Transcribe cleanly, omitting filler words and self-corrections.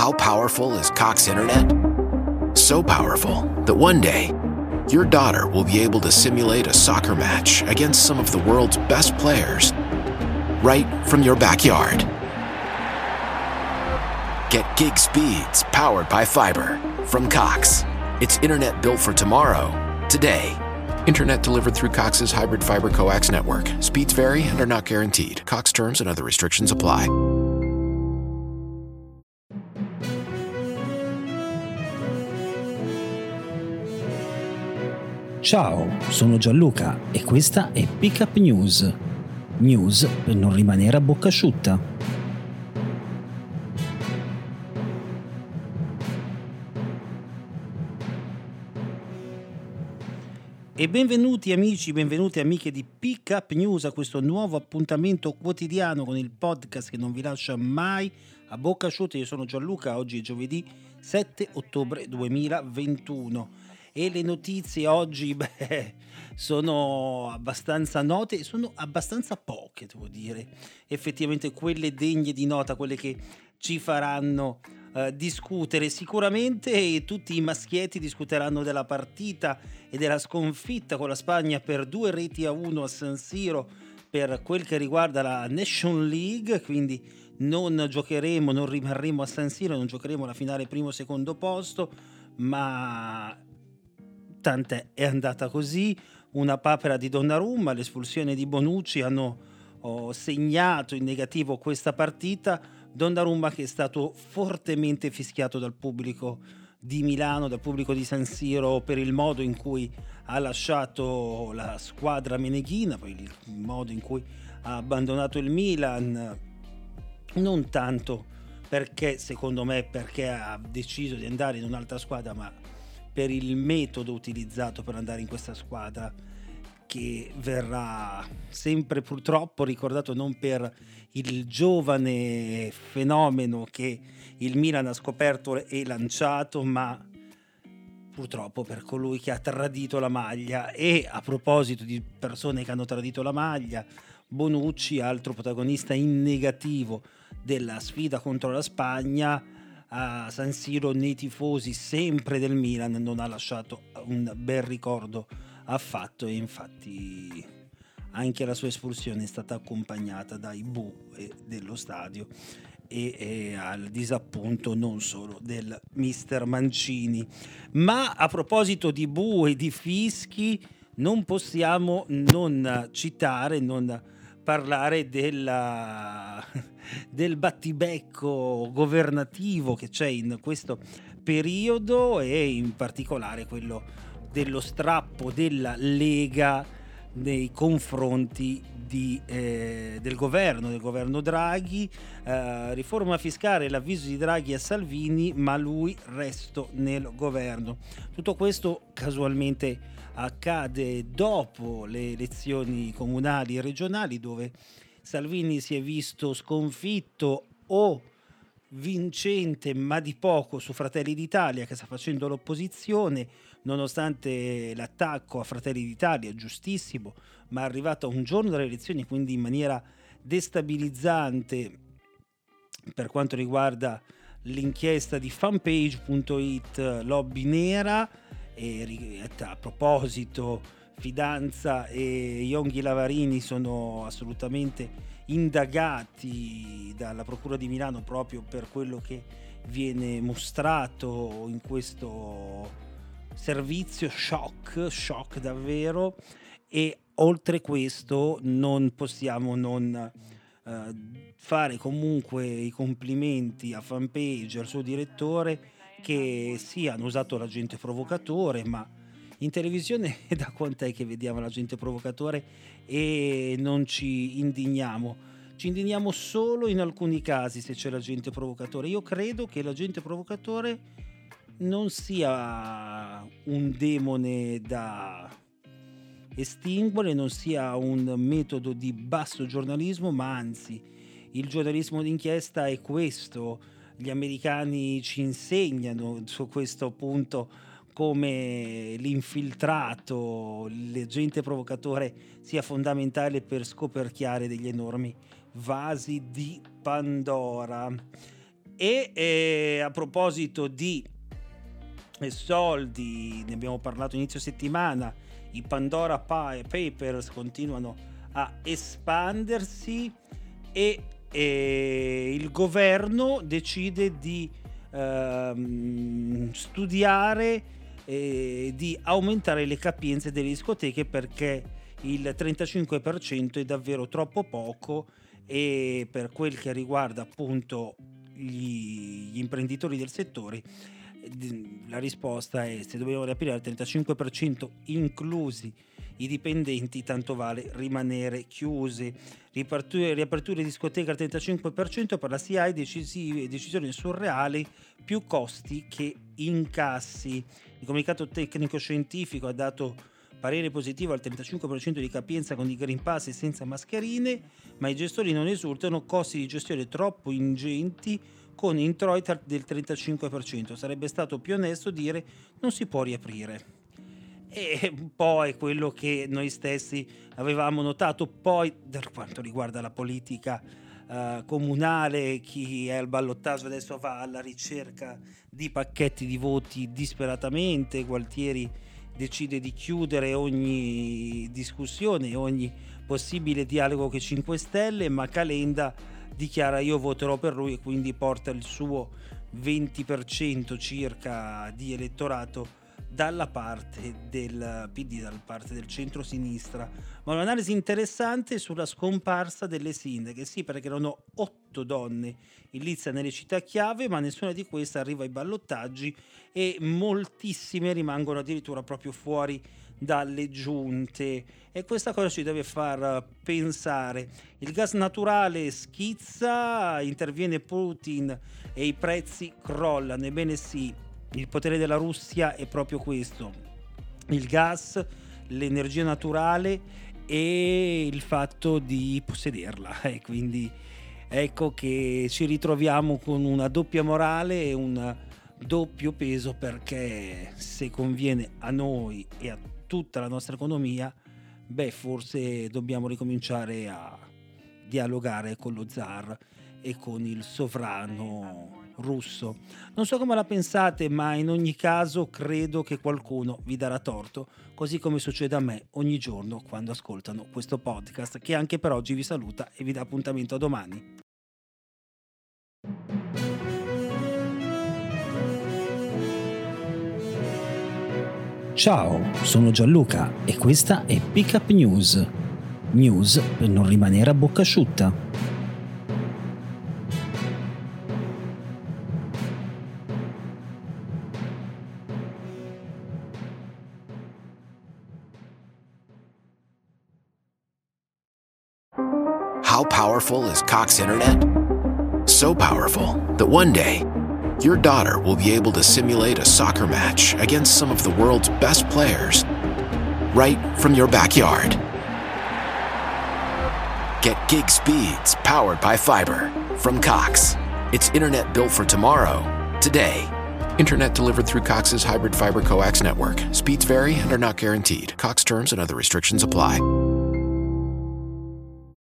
how powerful is Cox Internet? So powerful that one day, your daughter will be able to simulate a soccer match against some of the world's best players right from your backyard. Get gig speeds powered by fiber from Cox. It's internet built for tomorrow, today. Internet delivered through Cox's hybrid fiber coax network. Speeds vary and are not guaranteed. Cox terms and other restrictions apply. Ciao, sono Gianluca e questa è Pick Up News. News per non rimanere a bocca asciutta. E benvenuti amici, benvenute amiche di Pick Up News a questo nuovo appuntamento quotidiano con il podcast che non vi lascia mai a bocca asciutta. Io sono Gianluca, oggi è giovedì 7 ottobre 2021 e le notizie oggi sono abbastanza note, sono abbastanza poche, devo dire, effettivamente quelle degne di nota, quelle che ci faranno discutere. Sicuramente tutti i maschietti discuteranno della partita e della sconfitta con la Spagna per 2-1 a San Siro per quel che riguarda la Nation League, quindi non rimarremo a San Siro, non giocheremo la finale primo o secondo posto, ma tant'è, è andata così. Una papera di Donnarumma, l'espulsione di Bonucci hanno segnato in negativo questa partita. Donnarumma che è stato fortemente fischiato dal pubblico di Milano, dal pubblico di San Siro, per il modo in cui ha lasciato la squadra meneghina, poi il modo in cui ha abbandonato il Milan, non tanto perché, secondo me, perché ha deciso di andare in un'altra squadra, ma per il metodo utilizzato per andare in questa squadra, che verrà sempre purtroppo ricordato non per il giovane fenomeno che il Milan ha scoperto e lanciato, ma purtroppo per colui che ha tradito la maglia. E a proposito di persone che hanno tradito la maglia, Bonucci, altro protagonista in negativo della sfida contro la Spagna, a San Siro nei tifosi sempre del Milan non ha lasciato un bel ricordo affatto, e infatti anche la sua espulsione è stata accompagnata dai bu dello stadio e al disappunto non solo del mister Mancini. Ma a proposito di bu e di fischi, non possiamo non citare, non parlare del battibecco governativo che c'è in questo periodo, e in particolare quello dello strappo della Lega nei confronti del governo Draghi. Riforma fiscale, l'avviso di Draghi a Salvini, ma lui resto nel governo. Tutto questo casualmente accade dopo le elezioni comunali e regionali, dove Salvini si è visto sconfitto o vincente, ma di poco, su Fratelli d'Italia, che sta facendo l'opposizione, nonostante l'attacco a Fratelli d'Italia, giustissimo, ma arrivato a un giorno dalle elezioni, quindi in maniera destabilizzante per quanto riguarda l'inchiesta di fanpage.it Lobby Nera. E a proposito, Fidanza e Yonghi Lavarini sono assolutamente indagati dalla Procura di Milano proprio per quello che viene mostrato in questo servizio shock davvero. E oltre questo non possiamo non fare comunque i complimenti a Fanpage, al suo direttore, che sì, hanno usato l'agente provocatore, ma in televisione da quant'è che vediamo l'agente provocatore e non ci indigniamo? Ci indigniamo solo in alcuni casi se c'è l'agente provocatore. Io credo che l'agente provocatore non sia un demone da estinguere, non sia un metodo di basso giornalismo, ma anzi il giornalismo d'inchiesta è questo. Gli americani ci insegnano su questo punto come l'infiltrato, l'agente provocatore sia fondamentale per scoperchiare degli enormi vasi di Pandora. E a proposito di soldi, ne abbiamo parlato inizio settimana, i Pandora Papers continuano a espandersi e il governo decide di studiare di aumentare le capienze delle discoteche, perché il 35% è davvero troppo poco, e per quel che riguarda appunto gli imprenditori del settore la risposta è: se dobbiamo riaprire al 35% inclusi i dipendenti, tanto vale rimanere chiusi. Riaperture discoteche al 35% per la SIAE, decisione surreale, più costi che incassi. Il comunicato tecnico scientifico ha dato parere positivo al 35% di capienza con i Green Pass e senza mascherine, ma i gestori non esultano, costi di gestione troppo ingenti con introiti del 35%. Sarebbe stato più onesto dire non si può riaprire. E un po' è quello che noi stessi avevamo notato. Poi, per quanto riguarda la politica comunale, chi è al ballottaggio adesso va alla ricerca di pacchetti di voti disperatamente. Gualtieri decide di chiudere ogni discussione, ogni possibile dialogo che 5 Stelle, ma Calenda dichiara io voterò per lui, e quindi porta il suo 20% circa di elettorato dalla parte del PD, dalla parte del centro-sinistra. Ma un'analisi interessante sulla scomparsa delle sindache, sì, perché erano 8 donne in lizza nelle città chiave, ma nessuna di queste arriva ai ballottaggi e moltissime rimangono addirittura proprio fuori dalle giunte, e questa cosa ci deve far pensare. Il gas naturale schizza, interviene Putin e i prezzi crollano. Ebbene sì, il potere della Russia è proprio questo: il gas, l'energia naturale e il fatto di possederla, e quindi ecco che ci ritroviamo con una doppia morale e un doppio peso, perché se conviene a noi e a tutta la nostra economia, forse dobbiamo ricominciare a dialogare con lo zar e con il sovrano russo. Non so come la pensate, ma in ogni caso credo che qualcuno vi darà torto, così come succede a me ogni giorno quando ascoltano questo podcast, che anche per oggi vi saluta e vi dà appuntamento a domani. Ciao, sono Gianluca e questa è Pick Up News per non rimanere a bocca asciutta. How powerful is Cox Internet? So powerful that one day, your daughter will be able to simulate a soccer match against some of the world's best players right from your backyard. Get gig speeds powered by fiber from Cox. It's internet built for tomorrow, today. Internet delivered through Cox's hybrid fiber coax network. Speeds vary and are not guaranteed. Cox terms and other restrictions apply.